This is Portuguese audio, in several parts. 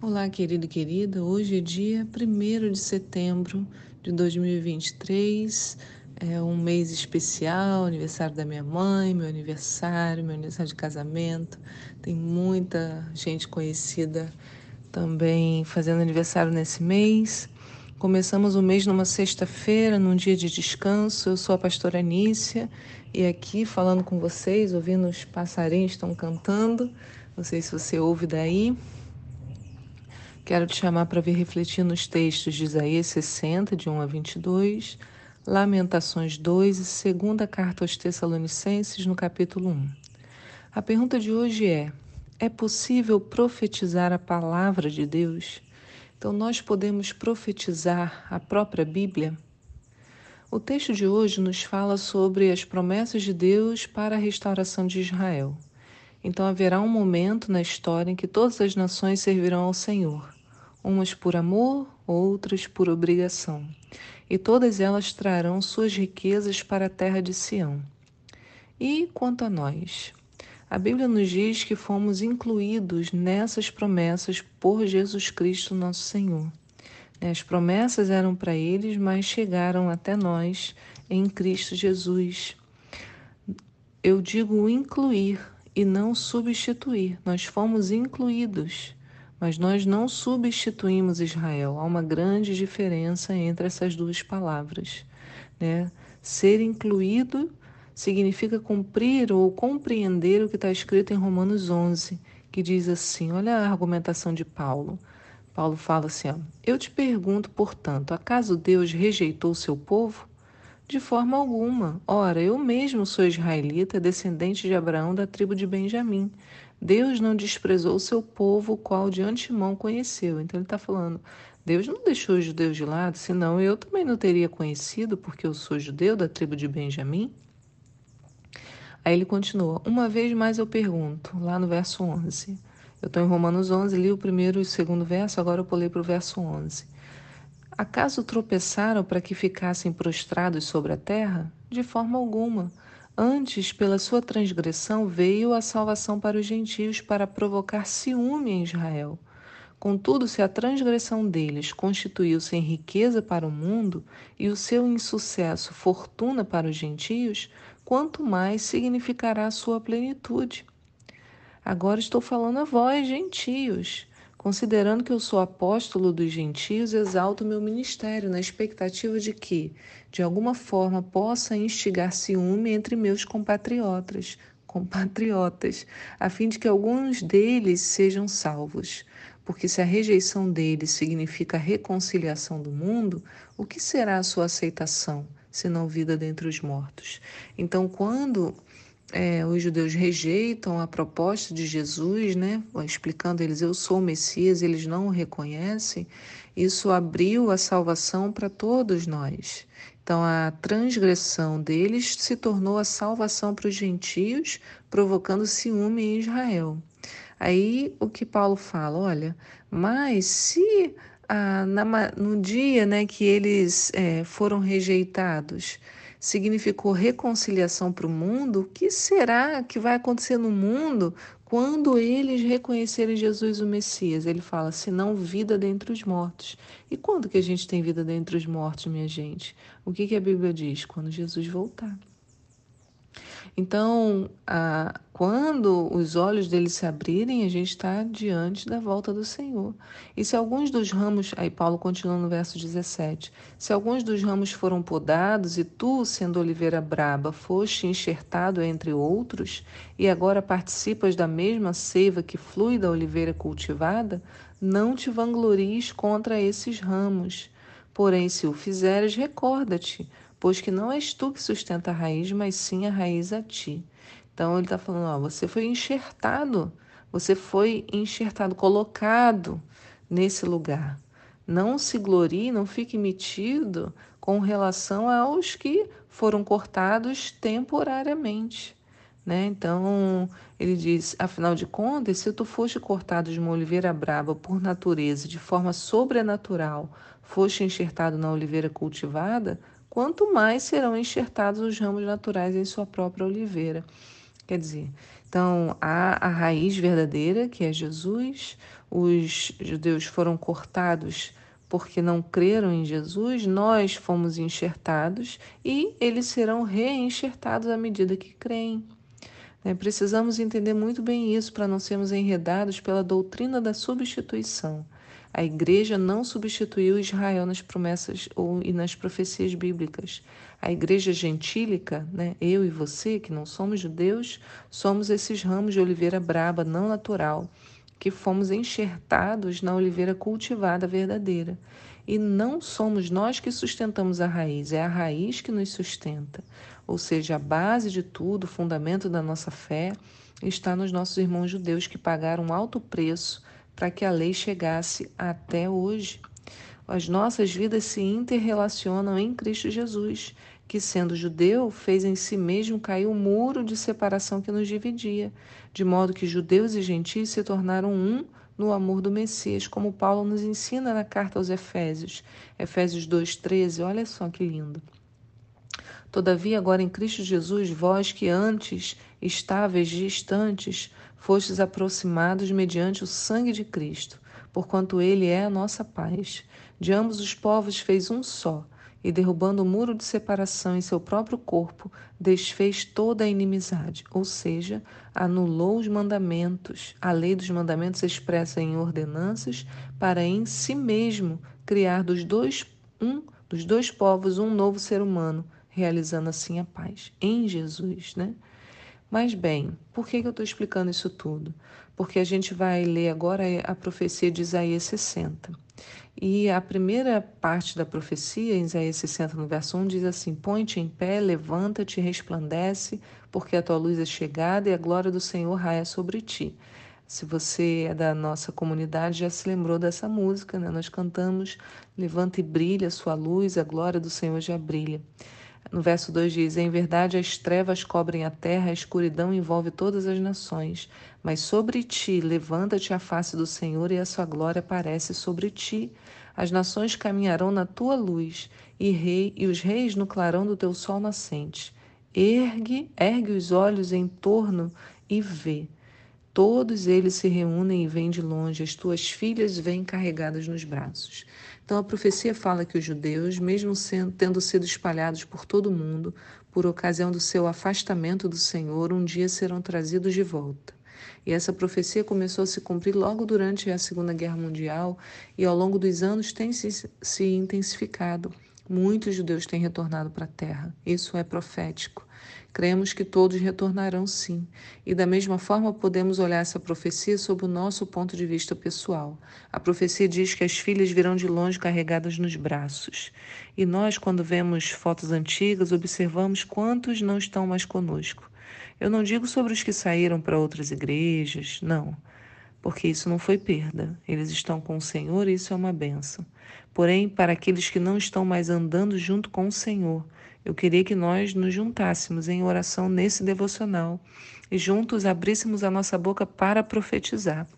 Olá, querido e querida. Hoje é dia 1º de setembro de 2023. É um mês especial, aniversário da minha mãe, meu aniversário de casamento. Tem muita gente conhecida também fazendo aniversário nesse mês. Começamos o mês numa sexta-feira, num dia de descanso. Eu sou a pastora Nícia e aqui falando com vocês, ouvindo os passarinhos estão cantando. Não sei se você ouve daí. Quero te chamar para vir refletir nos textos de Isaías 60, de 1 a 22, Lamentações 2 e segunda carta aos Tessalonicenses, no capítulo 1. A pergunta de hoje é possível profetizar a palavra de Deus? Então, nós podemos profetizar a própria Bíblia? O texto de hoje nos fala sobre as promessas de Deus para a restauração de Israel. Então haverá um momento na história em que todas as nações servirão ao Senhor, umas por amor, outras por obrigação, e todas elas trarão suas riquezas para a terra de Sião. E quanto a nós? A Bíblia nos diz que fomos incluídos nessas promessas por Jesus Cristo, nosso Senhor. As promessas eram para eles, mas chegaram até nós em Cristo Jesus. Eu digo incluir e não substituir. Nós fomos incluídos, mas nós não substituímos Israel. Há uma grande diferença entre essas duas palavras, né? Ser incluído significa cumprir ou compreender o que está escrito em Romanos 11, que diz assim, olha a argumentação de Paulo. Paulo fala assim, ó, eu te pergunto, portanto, acaso Deus rejeitou o seu povo? De forma alguma. Ora, eu mesmo sou israelita, descendente de Abraão da tribo de Benjamim. Deus não desprezou o seu povo, o qual de antemão conheceu. Então ele está falando, Deus não deixou os judeus de lado, senão eu também não teria conhecido, porque eu sou judeu da tribo de Benjamim. Aí ele continua, uma vez mais eu pergunto, lá no verso 11. Eu estou em Romanos 11, li o primeiro e o segundo verso, agora eu pulei para o verso 11. Acaso tropeçaram para que ficassem prostrados sobre a terra? De forma alguma. Antes, pela sua transgressão, veio a salvação para os gentios, para provocar ciúme em Israel. Contudo, se a transgressão deles constituiu-se em riqueza para o mundo e o seu insucesso fortuna para os gentios, quanto mais significará a sua plenitude. Agora estou falando a vós, gentios. Considerando que eu sou apóstolo dos gentios, exalto meu ministério, na expectativa de que, de alguma forma, possa instigar ciúme entre meus compatriotas, a fim de que alguns deles sejam salvos. Porque se a rejeição deles significa a reconciliação do mundo, o que será a sua aceitação, senão vida dentre os mortos? Então, quando os judeus rejeitam a proposta de Jesus, né? Explicando eles, eu sou o Messias, eles não o reconhecem, isso abriu a salvação para todos nós. Então, a transgressão deles se tornou a salvação para os gentios, provocando ciúme em Israel. Aí, o que Paulo fala, olha, mas se no dia, né, que eles foram rejeitados, significou reconciliação para o mundo, o que será que vai acontecer no mundo quando eles reconhecerem Jesus o Messias? Ele fala, senão vida dentre os mortos. E quando que a gente tem vida dentre os mortos, minha gente? O que a Bíblia diz? Quando Jesus voltar. Então, quando os olhos deles se abrirem, a gente está diante da volta do Senhor. E se alguns dos ramos, aí Paulo continua no verso 17, se alguns dos ramos foram podados e tu, sendo oliveira braba, foste enxertado entre outros, e agora participas da mesma seiva que flui da oliveira cultivada, não te vanglories contra esses ramos. Porém, se o fizeres, recorda-te, pois que não és tu que sustenta a raiz, mas sim a raiz a ti. Então ele está falando, ó, você foi enxertado, colocado nesse lugar. Não se glorie, não fique metido com relação aos que foram cortados temporariamente. Né? Então, ele diz, afinal de contas, se tu foste cortado de uma oliveira brava por natureza, de forma sobrenatural, foste enxertado na oliveira cultivada, quanto mais serão enxertados os ramos naturais em sua própria oliveira. Quer dizer, então há a raiz verdadeira, que é Jesus, os judeus foram cortados porque não creram em Jesus, nós fomos enxertados e eles serão reenxertados à medida que creem. Precisamos entender muito bem isso para não sermos enredados pela doutrina da substituição. A igreja não substituiu Israel nas promessas e nas profecias bíblicas. A igreja gentílica, eu e você, que não somos judeus, somos esses ramos de oliveira braba não natural, que fomos enxertados na oliveira cultivada verdadeira. E não somos nós que sustentamos a raiz, é a raiz que nos sustenta. Ou seja, a base de tudo, o fundamento da nossa fé, está nos nossos irmãos judeus que pagaram um alto preço para que a lei chegasse até hoje. As nossas vidas se interrelacionam em Cristo Jesus, que, sendo judeu, fez em si mesmo cair o muro de separação que nos dividia, de modo que judeus e gentios se tornaram um no amor do Messias, como Paulo nos ensina na carta aos Efésios. Efésios 2,13, olha só que lindo. Todavia, agora em Cristo Jesus, vós que antes estáveis distantes, fostes aproximados mediante o sangue de Cristo, porquanto ele é a nossa paz. De ambos os povos fez um só, e derrubando o muro de separação em seu próprio corpo, desfez toda a inimizade, ou seja, anulou os mandamentos, a lei dos mandamentos expressa em ordenanças, para em si mesmo criar dos dois povos um novo ser humano, realizando assim a paz em Jesus, Mas bem, por que eu estou explicando isso tudo? Porque a gente vai ler agora a profecia de Isaías 60. E a primeira parte da profecia, em Isaías 60, no verso 1, diz assim: Põe-te em pé, levanta-te, resplandece, porque a tua luz é chegada e a glória do Senhor raia sobre ti. Se você é da nossa comunidade, já se lembrou dessa música, Nós cantamos: Levanta e brilha a sua luz, a glória do Senhor já brilha. No verso 2 diz: Em verdade as trevas cobrem a terra, a escuridão envolve todas as nações. Mas sobre ti levanta-te a face do Senhor e a sua glória aparece sobre ti. As nações caminharão na tua luz e os reis no clarão do teu sol nascente. Ergue os olhos em torno e vê. Todos eles se reúnem e vêm de longe, as tuas filhas vêm carregadas nos braços. Então a profecia fala que os judeus, mesmo tendo sido espalhados por todo o mundo, por ocasião do seu afastamento do Senhor, um dia serão trazidos de volta. E essa profecia começou a se cumprir logo durante a Segunda Guerra Mundial e ao longo dos anos tem se intensificado. Muitos judeus têm retornado para a terra. Isso é profético. Cremos que todos retornarão sim. E da mesma forma podemos olhar essa profecia sob o nosso ponto de vista pessoal. A profecia diz que as filhas virão de longe carregadas nos braços. E nós, quando vemos fotos antigas, observamos quantos não estão mais conosco. Eu não digo sobre os que saíram para outras igrejas, não. Porque isso não foi perda. Eles estão com o Senhor e isso é uma bênção. Porém, para aqueles que não estão mais andando junto com o Senhor, eu queria que nós nos juntássemos em oração nesse devocional e juntos abríssemos a nossa boca para profetizar.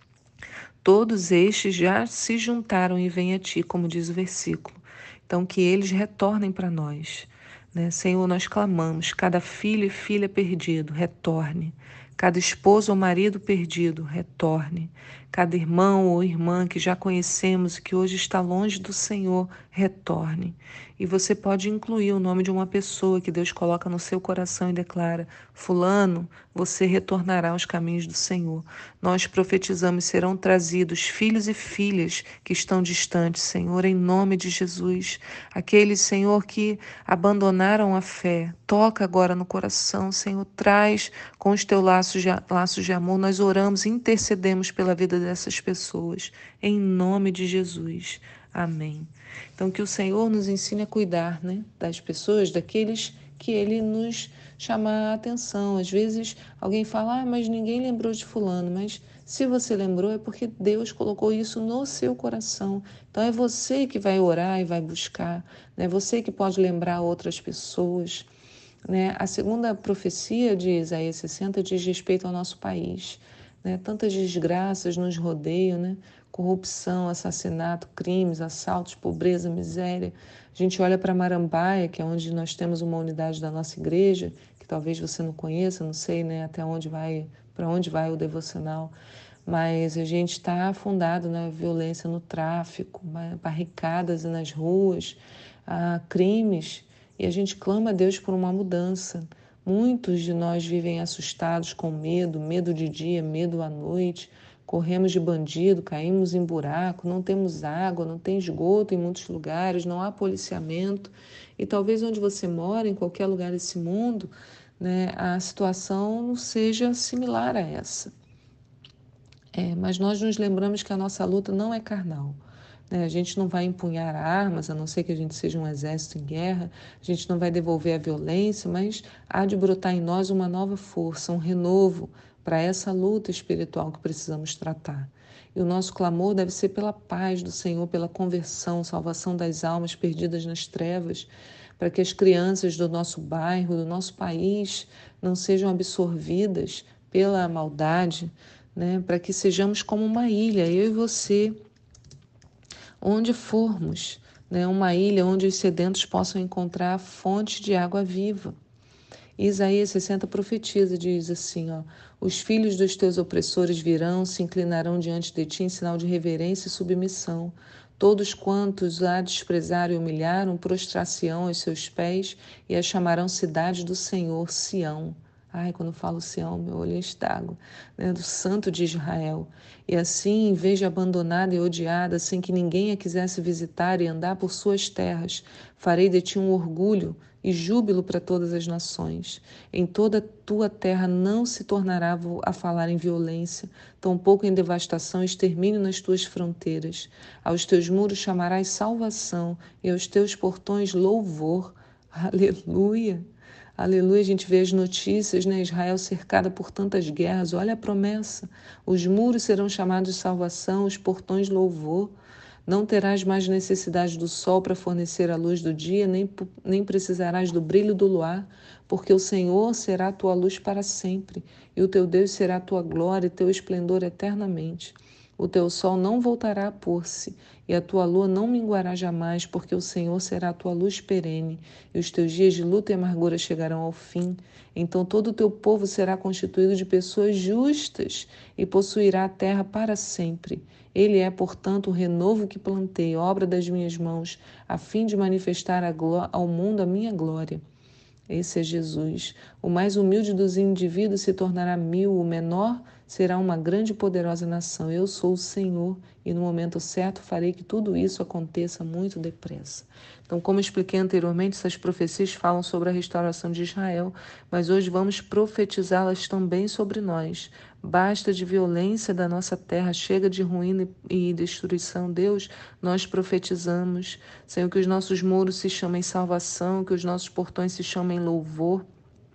Todos estes já se juntaram e vêm a ti, como diz o versículo. Então, que eles retornem para nós. Senhor, nós clamamos, cada filho e filha perdido, retorne. Cada esposo ou marido perdido, retorne. Cada irmão ou irmã que já conhecemos e que hoje está longe do Senhor, retorne. E você pode incluir o nome de uma pessoa que Deus coloca no seu coração e declara: fulano, você retornará aos caminhos do Senhor. Nós profetizamos, serão trazidos filhos e filhas que estão distantes, Senhor, em nome de Jesus. Aqueles, Senhor, que abandonaram a fé, toca agora no coração, Senhor, traz com os teus laços de amor. Nós oramos e intercedemos pela vida dessas pessoas, em nome de Jesus. Amém. Então, que o Senhor nos ensine a cuidar, das pessoas, daqueles que Ele nos chama a atenção. Às vezes, alguém fala, mas ninguém lembrou de fulano. Mas se você lembrou, é porque Deus colocou isso no seu coração. Então, é você que vai orar e vai buscar. É você que pode lembrar outras pessoas. A segunda profecia de Isaías 60 diz respeito ao nosso país. Tantas desgraças nos rodeiam, corrupção, assassinato, crimes, assaltos, pobreza, miséria. A gente olha para Marambaia, que é onde nós temos uma unidade da nossa igreja, que talvez você não conheça, não sei até onde vai, para onde vai o devocional. mas a gente está afundado na violência, no tráfico, barricadas nas ruas, crimes, e a gente clama a Deus por uma mudança. Muitos de nós vivem assustados com medo, medo de dia, medo à noite, corremos de bandido, caímos em buraco, não temos água, não tem esgoto em muitos lugares, não há policiamento. E talvez onde você mora, em qualquer lugar desse mundo, né, a situação não seja similar a essa. Mas nós nos lembramos que a nossa luta não é carnal. A gente não vai empunhar armas, a não ser que a gente seja um exército em guerra, a gente não vai devolver a violência, mas há de brotar em nós uma nova força, um renovo para essa luta espiritual que precisamos tratar. E o nosso clamor deve ser pela paz do Senhor, pela conversão, salvação das almas perdidas nas trevas, para que as crianças do nosso bairro, do nosso país, não sejam absorvidas pela maldade, né? Para que sejamos como uma ilha, eu e você, onde formos, né? Uma ilha onde os sedentos possam encontrar a fonte de água viva. Isaías 60 profetiza, diz assim, os filhos dos teus opressores virão, se inclinarão diante de ti em sinal de reverência e submissão. Todos quantos a desprezaram e humilharam, prostrar-se-ão aos seus pés e a chamarão cidade do Senhor, Sião. Ai, quando falo Sião, meu olho enche d'água, né? Do Santo de Israel. E assim, em vez de abandonada e odiada, sem que ninguém a quisesse visitar e andar por suas terras, farei de ti um orgulho e júbilo para todas as nações. Em toda a tua terra não se tornará a falar em violência, tampouco em devastação e extermínio nas tuas fronteiras. Aos teus muros chamarás salvação e aos teus portões louvor. Aleluia! Aleluia, a gente vê as notícias, né? Israel cercada por tantas guerras, olha a promessa. Os muros serão chamados de salvação, os portões louvor. Não terás mais necessidade do sol para fornecer a luz do dia, nem precisarás do brilho do luar, porque o Senhor será a tua luz para sempre, e o teu Deus será a tua glória e teu esplendor eternamente. O teu sol não voltará a pôr-se, e a tua lua não minguará jamais, porque o Senhor será a tua luz perene, e os teus dias de luta e amargura chegarão ao fim. Então todo o teu povo será constituído de pessoas justas, e possuirá a terra para sempre. Ele é, portanto, o renovo que plantei, obra das minhas mãos, a fim de manifestar ao mundo a minha glória. Esse é Jesus. O mais humilde dos indivíduos se tornará mil, o menor será uma grande e poderosa nação. Eu sou o Senhor e no momento certo farei que tudo isso aconteça muito depressa. Então, como expliquei anteriormente, essas profecias falam sobre a restauração de Israel, mas hoje vamos profetizá-las também sobre nós. Basta de violência da nossa terra, chega de ruína e destruição. Deus, nós profetizamos, Senhor, que os nossos muros se chamem salvação, que os nossos portões se chamem louvor.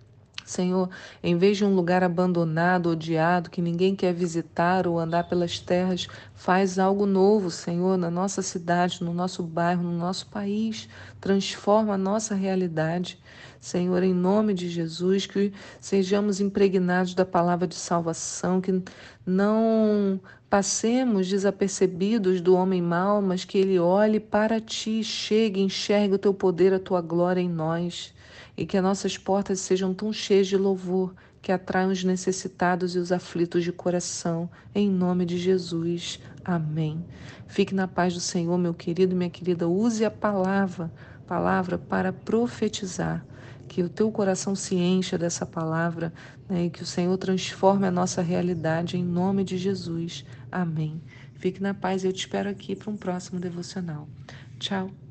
Senhor, em vez de um lugar abandonado, odiado, que ninguém quer visitar ou andar pelas terras, faz algo novo, Senhor, na nossa cidade, no nosso bairro, no nosso país. Transforma a nossa realidade. Senhor, em nome de Jesus, que sejamos impregnados da palavra de salvação, que não passemos desapercebidos do homem mau, mas que ele olhe para ti, chegue, enxergue o teu poder, a tua glória em nós. E que as nossas portas sejam tão cheias de louvor, que atraiam os necessitados e os aflitos de coração, em nome de Jesus. Amém. Fique na paz do Senhor, meu querido e minha querida. Use a palavra para profetizar. Que o teu coração se encha dessa palavra, né, e que o Senhor transforme a nossa realidade, em nome de Jesus. Amém. Fique na paz, eu te espero aqui para um próximo devocional. Tchau.